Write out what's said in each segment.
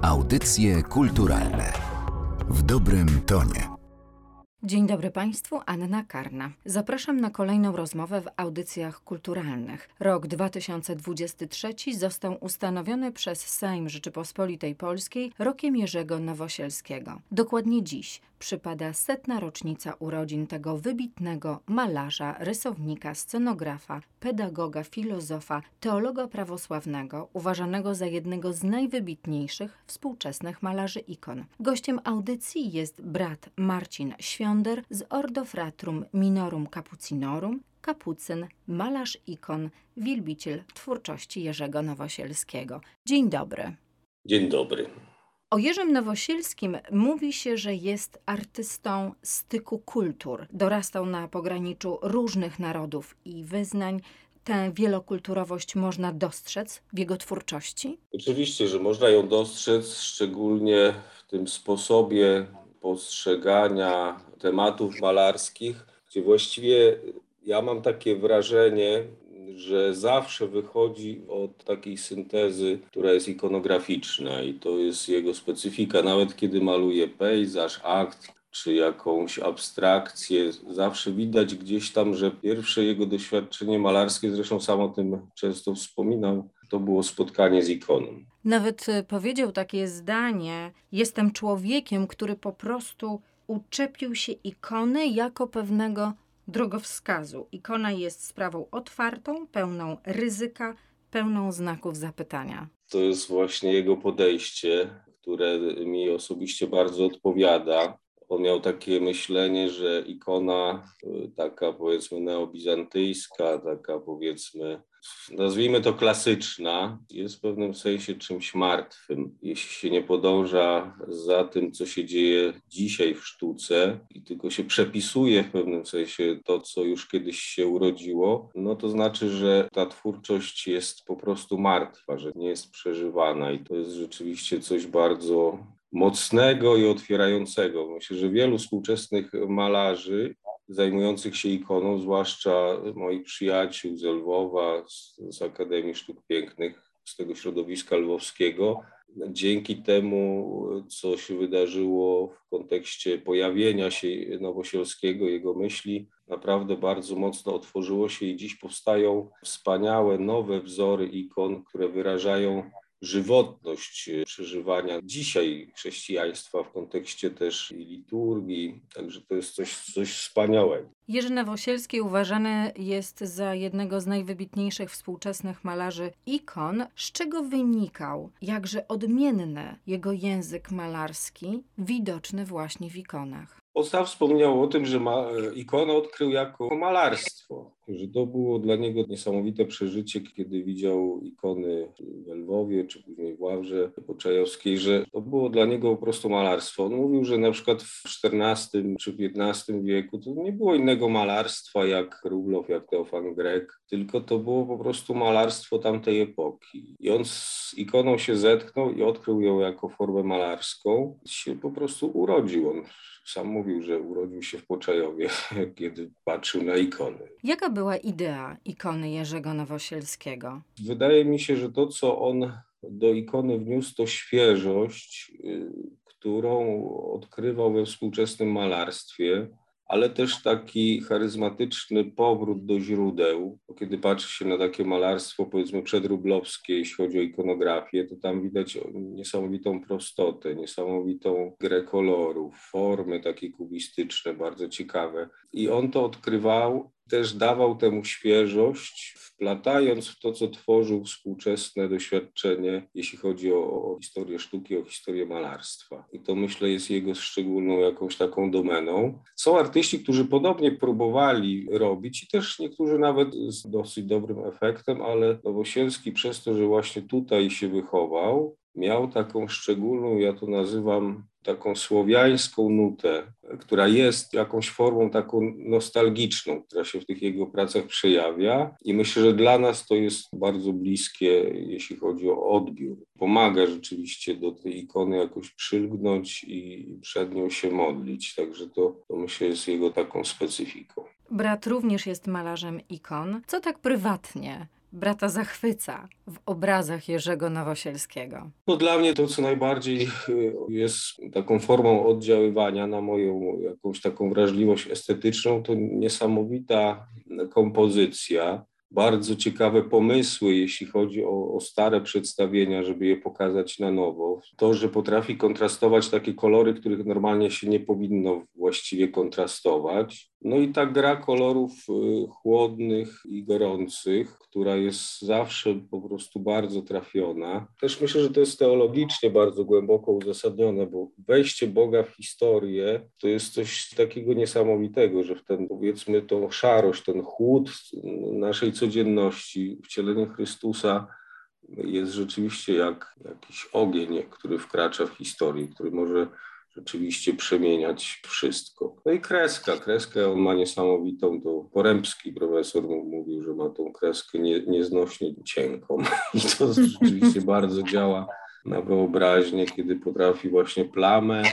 Audycje kulturalne w dobrym tonie. Dzień dobry Państwu, Anna Karna. Zapraszam na kolejną rozmowę w audycjach kulturalnych. Rok 2023 został ustanowiony przez Sejm Rzeczypospolitej Polskiej rokiem Jerzego Nowosielskiego. Dokładnie dziś przypada 100. rocznica urodzin tego wybitnego malarza, rysownika, scenografa, pedagoga, filozofa, teologa prawosławnego, uważanego za jednego z najwybitniejszych współczesnych malarzy ikon. Gościem audycji jest brat Marcin Świąder z Ordo Fratrum Minorum Capucinorum, kapucyn, malarz ikon, wielbiciel twórczości Jerzego Nowosielskiego. Dzień dobry. Dzień dobry. O Jerzym Nowosielskim mówi się, że jest artystą styku kultur. Dorastał na pograniczu różnych narodów i wyznań. Tę wielokulturowość można dostrzec w jego twórczości? Oczywiście, że można ją dostrzec, szczególnie w tym sposobie postrzegania tematów malarskich, gdzie właściwie ja mam takie wrażenie, że zawsze wychodzi od takiej syntezy, która jest ikonograficzna i to jest jego specyfika. Nawet kiedy maluje pejzaż, akt czy jakąś abstrakcję, zawsze widać gdzieś tam, że pierwsze jego doświadczenie malarskie, zresztą sam o tym często wspominał, to było spotkanie z ikoną. Nawet powiedział takie zdanie: jestem człowiekiem, który po prostu uczepił się ikony jako pewnego drogowskazu. Ikona jest sprawą otwartą, pełną ryzyka, pełną znaków zapytania. To jest właśnie jego podejście, które mi osobiście bardzo odpowiada. On miał takie myślenie, że ikona taka powiedzmy neobizantyjska, taka powiedzmy, nazwijmy to klasyczna, jest w pewnym sensie czymś martwym. Jeśli się nie podąża za tym, co się dzieje dzisiaj w sztuce i tylko się przepisuje w pewnym sensie to, co już kiedyś się urodziło, no to znaczy, że ta twórczość jest po prostu martwa, że nie jest przeżywana i to jest rzeczywiście coś bardzo mocnego i otwierającego. Myślę, że wielu współczesnych malarzy zajmujących się ikoną, zwłaszcza moich przyjaciół z Lwowa, z Akademii Sztuk Pięknych, z tego środowiska lwowskiego, dzięki temu, co się wydarzyło w kontekście pojawienia się Nowosielskiego, jego myśli, naprawdę bardzo mocno otworzyło się i dziś powstają wspaniałe, nowe wzory ikon, które wyrażają żywotność przeżywania dzisiaj chrześcijaństwa w kontekście też i liturgii, także to jest coś wspaniałego. Jerzy Nowosielski uważany jest za jednego z najwybitniejszych współczesnych malarzy ikon, z czego wynikał jakże odmienny jego język malarski, widoczny właśnie w ikonach. Sam wspomniał o tym, że ikonę odkrył jako malarstwo, że to było dla niego niesamowite przeżycie, kiedy widział ikony w Lwowie, czy później w Ławrze Poczajowskiej, że to było dla niego po prostu malarstwo. On mówił, że na przykład w XIV czy XV wieku to nie było innego malarstwa jak Rublow, jak Teofan Grek, tylko to było po prostu malarstwo tamtej epoki. I on z ikoną się zetknął i odkrył ją jako formę malarską. Się po prostu urodził. On sam mówił, że urodził się w Poczajowie, kiedy patrzył na ikony. Jaka była idea ikony Jerzego Nowosielskiego? Wydaje mi się, że to, co on do ikony wniósł, to świeżość, którą odkrywał we współczesnym malarstwie, ale też taki charyzmatyczny powrót do źródeł. Bo kiedy patrzy się na takie malarstwo, powiedzmy przedrublowskie, jeśli chodzi o ikonografię, to tam widać niesamowitą prostotę, niesamowitą grę kolorów, formy takie kubistyczne, bardzo ciekawe. I on to odkrywał, też dawał temu świeżość, wplatając w to, co tworzył współczesne doświadczenie, jeśli chodzi o historię sztuki, o historię malarstwa. I to, myślę, jest jego szczególną jakąś taką domeną. Są artyści, którzy podobnie próbowali robić i też niektórzy nawet z dosyć dobrym efektem, ale Nowosielski przez to, że właśnie tutaj się wychował, miał taką szczególną, ja to nazywam taką słowiańską nutę, która jest jakąś formą taką nostalgiczną, która się w tych jego pracach przejawia i myślę, że dla nas to jest bardzo bliskie, jeśli chodzi o odbiór. Pomaga rzeczywiście do tej ikony jakoś przylgnąć i przed nią się modlić, także to myślę jest jego taką specyfiką. Brat również jest malarzem ikon. Co tak prywatnie brata zachwyca w obrazach Jerzego Nowosielskiego? No dla mnie to, co najbardziej jest taką formą oddziaływania na moją jakąś taką wrażliwość estetyczną, to niesamowita kompozycja. Bardzo ciekawe pomysły, jeśli chodzi o stare przedstawienia, żeby je pokazać na nowo. To, że potrafi kontrastować takie kolory, których normalnie się nie powinno właściwie kontrastować. No i ta gra kolorów chłodnych i gorących, która jest zawsze po prostu bardzo trafiona. Też myślę, że to jest teologicznie bardzo głęboko uzasadnione, bo wejście Boga w historię to jest coś takiego niesamowitego, że w ten, powiedzmy, tą szarość, ten chłód naszej codzienności, wcielenie Chrystusa jest rzeczywiście jak jakiś ogień, który wkracza w historię, który może rzeczywiście przemieniać wszystko. No i kreskę on ma niesamowitą, to Porębski profesor mówił, że ma tą kreskę nieznośnie cienką i to rzeczywiście bardzo działa na wyobraźnię, kiedy potrafi właśnie plamę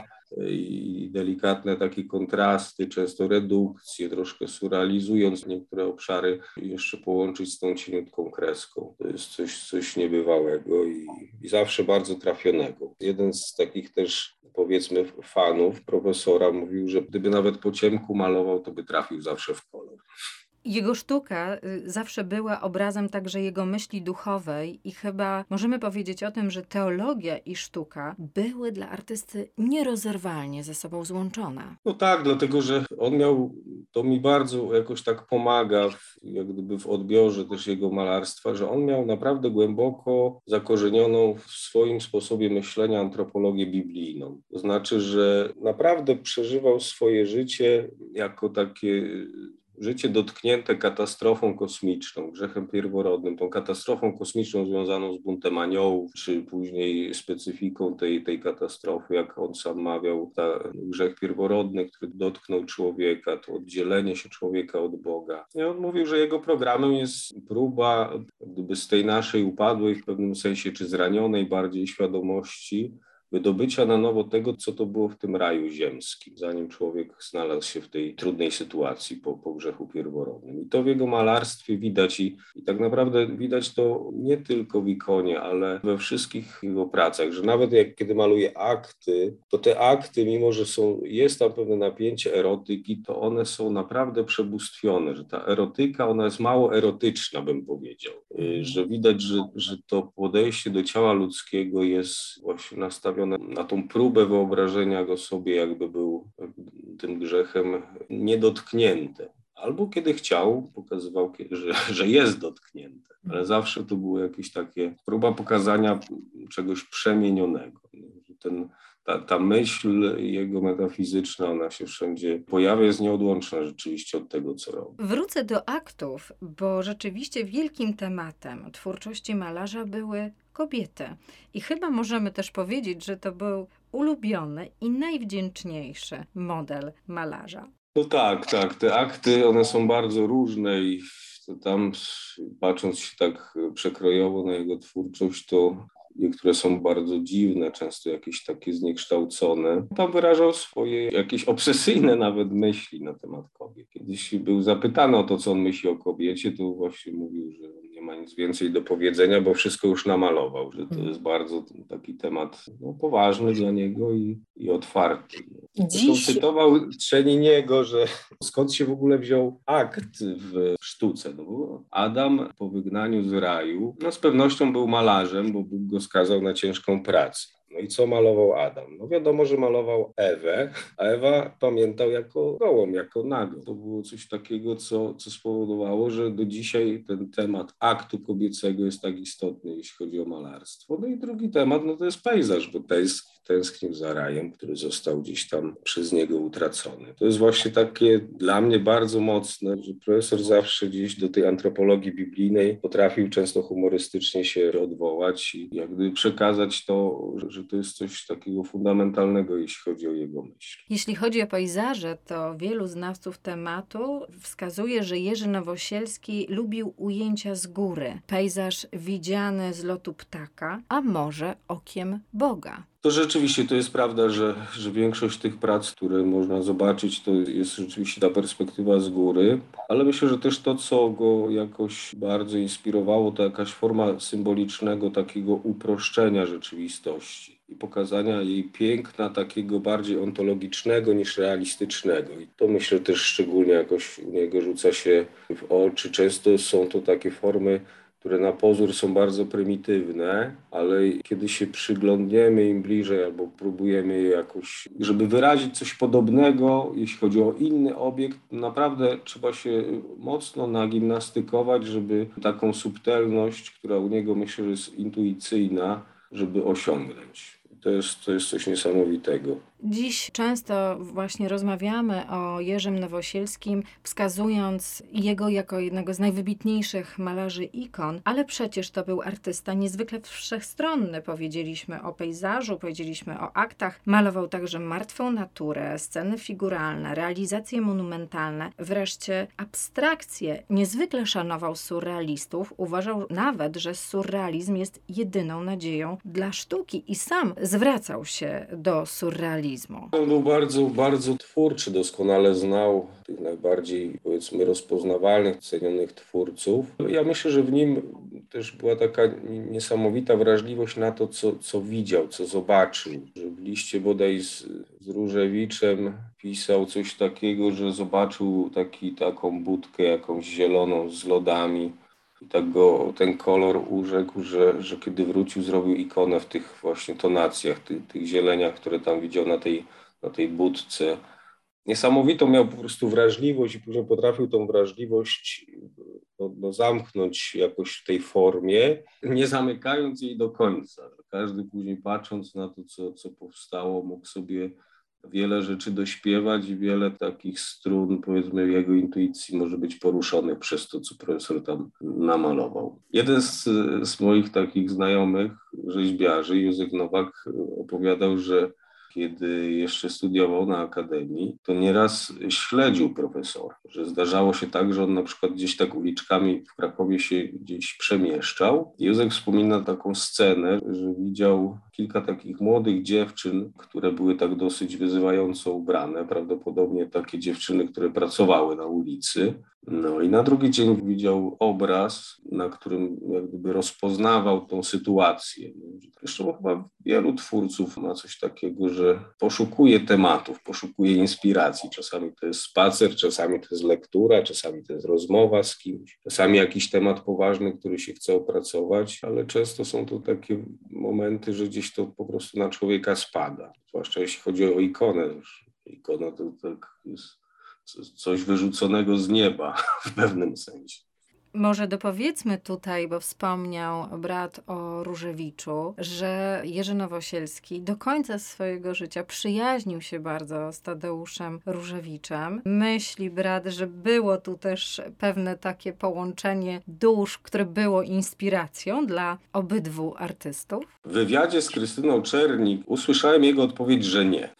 i delikatne takie kontrasty, często redukcje, troszkę surrealizując niektóre obszary, jeszcze połączyć z tą cieniutką kreską. To jest coś niebywałego i zawsze bardzo trafionego. Jeden z takich też, powiedzmy, fanów profesora mówił, że gdyby nawet po ciemku malował, to by trafił zawsze w kolor. Jego sztuka zawsze była obrazem także jego myśli duchowej i chyba możemy powiedzieć o tym, że teologia i sztuka były dla artysty nierozerwalnie ze sobą złączone. No tak, dlatego że on miał, to mi bardzo jakoś tak pomaga jak gdyby w odbiorze też jego malarstwa, że on miał naprawdę głęboko zakorzenioną w swoim sposobie myślenia antropologię biblijną. To znaczy, że naprawdę przeżywał swoje życie jako takie życie dotknięte katastrofą kosmiczną, grzechem pierworodnym, tą katastrofą kosmiczną związaną z buntem aniołów, czy później specyfiką tej katastrofy, jak on sam mawiał, grzech pierworodny, który dotknął człowieka, to oddzielenie się człowieka od Boga. I on mówił, że jego programem jest próba gdyby z tej naszej upadłej w pewnym sensie, czy zranionej bardziej świadomości, wydobycia na nowo tego, co to było w tym raju ziemskim, zanim człowiek znalazł się w tej trudnej sytuacji po grzechu pierworodnym. I to w jego malarstwie widać i tak naprawdę widać to nie tylko w ikonie, ale we wszystkich jego pracach, że nawet kiedy maluje akty, to te akty, mimo że jest tam pewne napięcie erotyki, to one są naprawdę przebóstwione, że ta erotyka, ona jest mało erotyczna, bym powiedział, że widać, że to podejście do ciała ludzkiego jest właśnie nastawione na tą próbę wyobrażenia go sobie, jakby był tym grzechem niedotknięty. Albo kiedy chciał, pokazywał, że jest dotknięte, ale zawsze to było jakieś takie próba pokazania czegoś przemienionego. Ta myśl jego metafizyczna, ona się wszędzie pojawia, jest nieodłączna rzeczywiście od tego, co robi. Wrócę do aktów, bo rzeczywiście wielkim tematem twórczości malarza były kobiety. I chyba możemy też powiedzieć, że to był ulubiony i najwdzięczniejszy model malarza. No tak. Te akty, one są bardzo różne i tam, patrząc się tak przekrojowo na jego twórczość, to niektóre są bardzo dziwne, często jakieś takie zniekształcone. Tam wyrażał swoje jakieś obsesyjne nawet myśli na temat kobiet. Kiedyś był zapytany o to, co on myśli o kobiecie, to właśnie mówił, że nie ma nic więcej do powiedzenia, bo wszystko już namalował, że to jest bardzo taki temat poważny dla niego i otwarty. Zresztą cytował Trzyniniego, że skąd się w ogóle wziął akt w sztuce. No bo Adam po wygnaniu z raju z pewnością był malarzem, bo Bóg go skazał na ciężką pracę. No i co malował Adam? No wiadomo, że malował Ewę, a Ewa pamiętał jako gołą, jako nagą. To było coś takiego, co spowodowało, że do dzisiaj ten temat aktu kobiecego jest tak istotny, jeśli chodzi o malarstwo. No i drugi temat, to jest pejzaż, bo tęsknił za rajem, który został gdzieś tam przez niego utracony. To jest właśnie takie dla mnie bardzo mocne, że profesor zawsze gdzieś do tej antropologii biblijnej potrafił często humorystycznie się odwołać i jak gdyby przekazać to, że to jest coś takiego fundamentalnego, jeśli chodzi o jego myśl. Jeśli chodzi o pejzaże, to wielu znawców tematu wskazuje, że Jerzy Nowosielski lubił ujęcia z góry. Pejzaż widziany z lotu ptaka, a może okiem Boga. To rzeczywiście to jest prawda, że większość tych prac, które można zobaczyć, to jest rzeczywiście ta perspektywa z góry, ale myślę, że też to, co go jakoś bardzo inspirowało, to jakaś forma symbolicznego takiego uproszczenia rzeczywistości i pokazania jej piękna takiego bardziej ontologicznego niż realistycznego. I to myślę też szczególnie jakoś u niego rzuca się w oczy. Często są to takie formy, które na pozór są bardzo prymitywne, ale kiedy się przyglądniemy im bliżej albo próbujemy je jakoś, żeby wyrazić coś podobnego, jeśli chodzi o inny obiekt, naprawdę trzeba się mocno nagimnastykować, żeby taką subtelność, która u niego myślę, że jest intuicyjna, żeby osiągnąć. To jest coś niesamowitego. Dziś często właśnie rozmawiamy o Jerzym Nowosielskim, wskazując jego jako jednego z najwybitniejszych malarzy ikon, ale przecież to był artysta niezwykle wszechstronny. Powiedzieliśmy o pejzażu, powiedzieliśmy o aktach, malował także martwą naturę, sceny figuralne, realizacje monumentalne, wreszcie abstrakcje. Niezwykle szanował surrealistów, uważał nawet, że surrealizm jest jedyną nadzieją dla sztuki i sam zwracał się do surrealizmu. On był bardzo, bardzo twórczy, doskonale znał tych najbardziej, powiedzmy, rozpoznawalnych, cenionych twórców. Ja myślę, że w nim też była taka niesamowita wrażliwość na to, co widział, co zobaczył. Że w liście bodaj z Różewiczem pisał coś takiego, że zobaczył taką budkę jakąś zieloną z lodami. I tak go ten kolor urzekł, że kiedy wrócił, zrobił ikonę w tych właśnie tonacjach, tych zieleniach, które tam widział na tej budce. Niesamowitą miał po prostu wrażliwość i później potrafił tą wrażliwość zamknąć jakoś w tej formie, nie zamykając jej do końca. Każdy później patrząc na to, co powstało, mógł sobie wiele rzeczy dośpiewać i wiele takich strun, powiedzmy, jego intuicji może być poruszonych przez to, co profesor tam namalował. Jeden z moich takich znajomych rzeźbiarzy, Józef Nowak, opowiadał, że kiedy jeszcze studiował na akademii, to nieraz śledził profesora, że zdarzało się tak, że on na przykład gdzieś tak uliczkami w Krakowie się gdzieś przemieszczał. Józef wspomina taką scenę, że widział kilka takich młodych dziewczyn, które były tak dosyć wyzywająco ubrane, prawdopodobnie takie dziewczyny, które pracowały na ulicy. No i na drugi dzień widział obraz, na którym jak gdyby rozpoznawał tą sytuację. Zresztą chyba wielu twórców ma coś takiego, że poszukuje tematów, poszukuje inspiracji. Czasami to jest spacer, czasami to jest lektura, czasami to jest rozmowa z kimś, czasami jakiś temat poważny, który się chce opracować, ale często są to takie momenty, że gdzieś to po prostu na człowieka spada. Zwłaszcza jeśli chodzi o ikonę. Ikona to tak jest coś wyrzuconego z nieba w pewnym sensie. Może dopowiedzmy tutaj, bo wspomniał brat o Różewiczu, że Jerzy Nowosielski do końca swojego życia przyjaźnił się bardzo z Tadeuszem Różewiczem. Myśli brat, że było tu też pewne takie połączenie dusz, które było inspiracją dla obydwu artystów? W wywiadzie z Krystyną Czernik usłyszałem jego odpowiedź, że nie.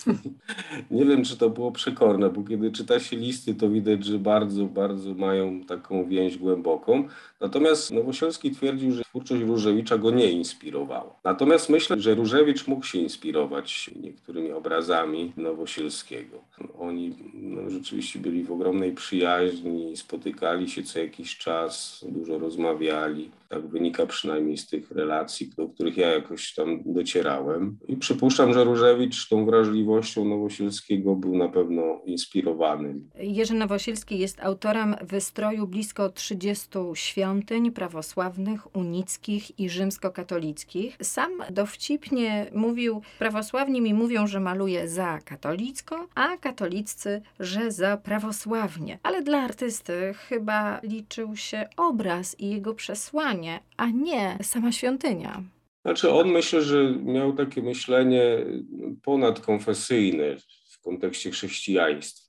Nie wiem, czy to było przekorne, bo kiedy czyta się listy, to widać, że bardzo, bardzo mają taką więź głęboką. Natomiast Nowosielski twierdził, że twórczość Różewicza go nie inspirowała. Natomiast myślę, że Różewicz mógł się inspirować niektórymi obrazami Nowosielskiego. Oni rzeczywiście byli w ogromnej przyjaźni, spotykali się co jakiś czas, dużo rozmawiali. Tak wynika przynajmniej z tych relacji, do których ja jakoś tam docierałem. I przypuszczam, że Różewicz tą wrażliwością Nowosielskiego był na pewno inspirowany. Jerzy Nowosielski jest autorem wystroju blisko 30 świątyń prawosławnych, unickich i rzymskokatolickich. Sam dowcipnie mówił, prawosławni mi mówią, że maluje za katolicko, a katoliccy, że za prawosławnie. Ale dla artysty chyba liczył się obraz i jego przesłanie, a nie sama świątynia. Znaczy on myślę, że miał takie myślenie ponadkonfesyjne w kontekście chrześcijaństwa,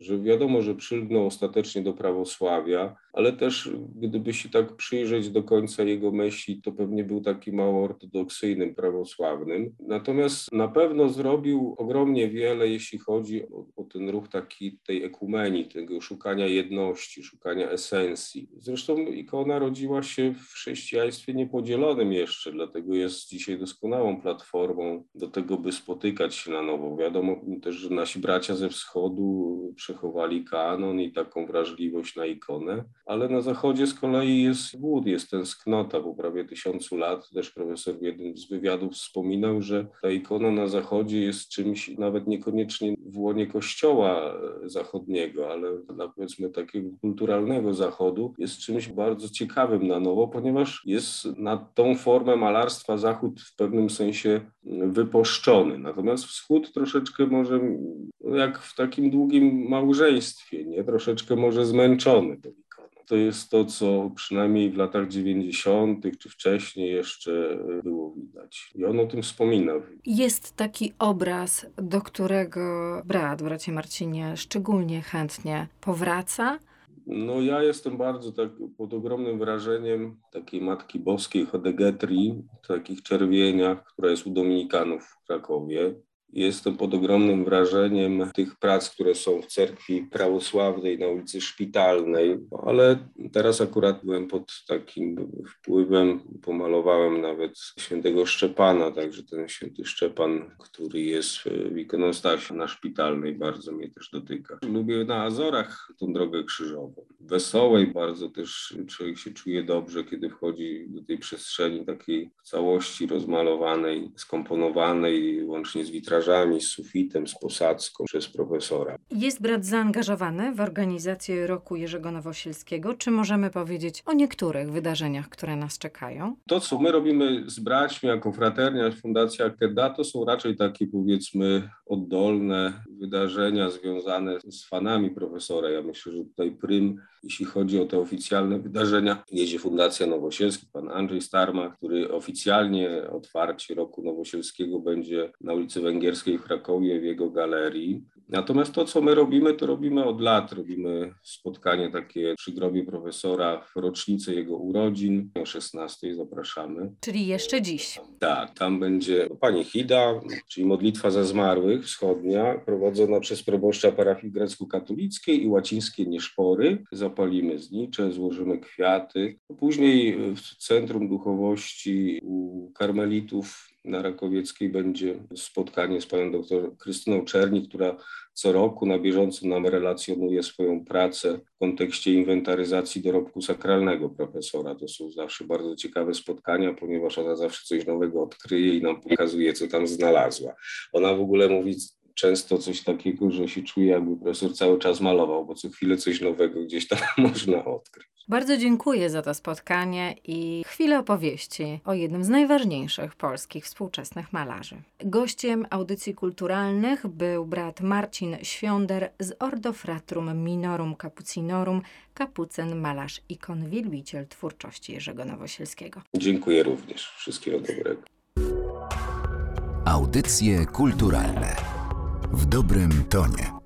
że wiadomo, że przylgnął ostatecznie do prawosławia, ale też gdyby się tak przyjrzeć do końca jego myśli, to pewnie był taki mało ortodoksyjnym prawosławnym. Natomiast na pewno zrobił ogromnie wiele, jeśli chodzi o ten ruch tej ekumenii, tego szukania jedności, szukania esencji. Zresztą ikona rodziła się w chrześcijaństwie niepodzielonym jeszcze, dlatego jest dzisiaj doskonałą platformą do tego, by spotykać się na nowo. Wiadomo też, że nasi bracia ze wschodu przechowali kanon i taką wrażliwość na ikonę, ale na zachodzie z kolei jest głód, jest tęsknota po prawie 1000 lat. Też profesor w jednym z wywiadów wspominał, że ta ikona na zachodzie jest czymś nawet niekoniecznie w łonie kościoła zachodniego, ale dla powiedzmy takiego kulturalnego zachodu jest czymś bardzo ciekawym na nowo, ponieważ jest na tą formę malarstwa zachód w pewnym sensie wypuszczony. Natomiast wschód troszeczkę może, jak w takim długim małżeństwie, nie? Troszeczkę może zmęczony tą ikoną. To jest to, co przynajmniej w latach 90. czy wcześniej jeszcze było widać. I on o tym wspominał. Jest taki obraz, do którego bracie Marcinie, szczególnie chętnie powraca. No ja jestem bardzo tak pod ogromnym wrażeniem takiej Matki Boskiej Chodegetri, w takich czerwieniach, która jest u Dominikanów w Krakowie. Jestem pod ogromnym wrażeniem tych prac, które są w cerkwi prawosławnej na ulicy Szpitalnej, ale teraz akurat byłem pod takim wpływem, pomalowałem nawet świętego Szczepana, także ten święty Szczepan, który jest w ikonostasie na Szpitalnej, bardzo mnie też dotyka. Lubię na Azorach tą drogę krzyżową. Wesołej bardzo też człowiek się czuje dobrze, kiedy wchodzi do tej przestrzeni takiej w całości rozmalowanej, skomponowanej, łącznie z witrażami, z sufitem, z posadzką przez profesora. Jest brat zaangażowany w organizację Roku Jerzego Nowosielskiego. Czy możemy powiedzieć o niektórych wydarzeniach, które nas czekają? To, co my robimy z braćmi jako fraternia, Fundacja Akeda, to są raczej takie, powiedzmy, oddolne wydarzenia związane z fanami profesora. Ja myślę, że tutaj prym, jeśli chodzi o te oficjalne wydarzenia, jedzie Fundacja Nowosielski, pan Andrzej Starma, który oficjalnie otwarcie Roku Nowosielskiego będzie na ulicy Węgierskiej w Krakowie w jego galerii. Natomiast to, co my robimy, to robimy od lat. Robimy spotkanie takie przy grobie profesora w rocznicę jego urodzin. O 16:00 zapraszamy. Czyli jeszcze dziś. Tak, tam będzie pani Hida, czyli modlitwa za zmarłych wschodnia, prowadzona przez proboszcza parafii grecko-katolickiej i łacińskie nieszpory. Zapalimy znicze, złożymy kwiaty. Później w Centrum Duchowości u karmelitów na Rakowieckiej będzie spotkanie z panią doktor Krystyną Czerni, która co roku na bieżąco nam relacjonuje swoją pracę w kontekście inwentaryzacji dorobku sakralnego profesora. To są zawsze bardzo ciekawe spotkania, ponieważ ona zawsze coś nowego odkryje i nam pokazuje, co tam znalazła. Ona w ogóle mówi często coś takiego, że się czuje, jakby profesor cały czas malował, bo co chwilę coś nowego gdzieś tam można odkryć. Bardzo dziękuję za to spotkanie i chwilę opowieści o jednym z najważniejszych polskich współczesnych malarzy. Gościem audycji kulturalnych był brat Marcin Świąder z Ordo Fratrum Minorum Capucinorum, kapucyn, malarz, ikon, wielbiciel twórczości Jerzego Nowosielskiego. Dziękuję również. Wszystkiego dobrego. Audycje kulturalne w dobrym tonie.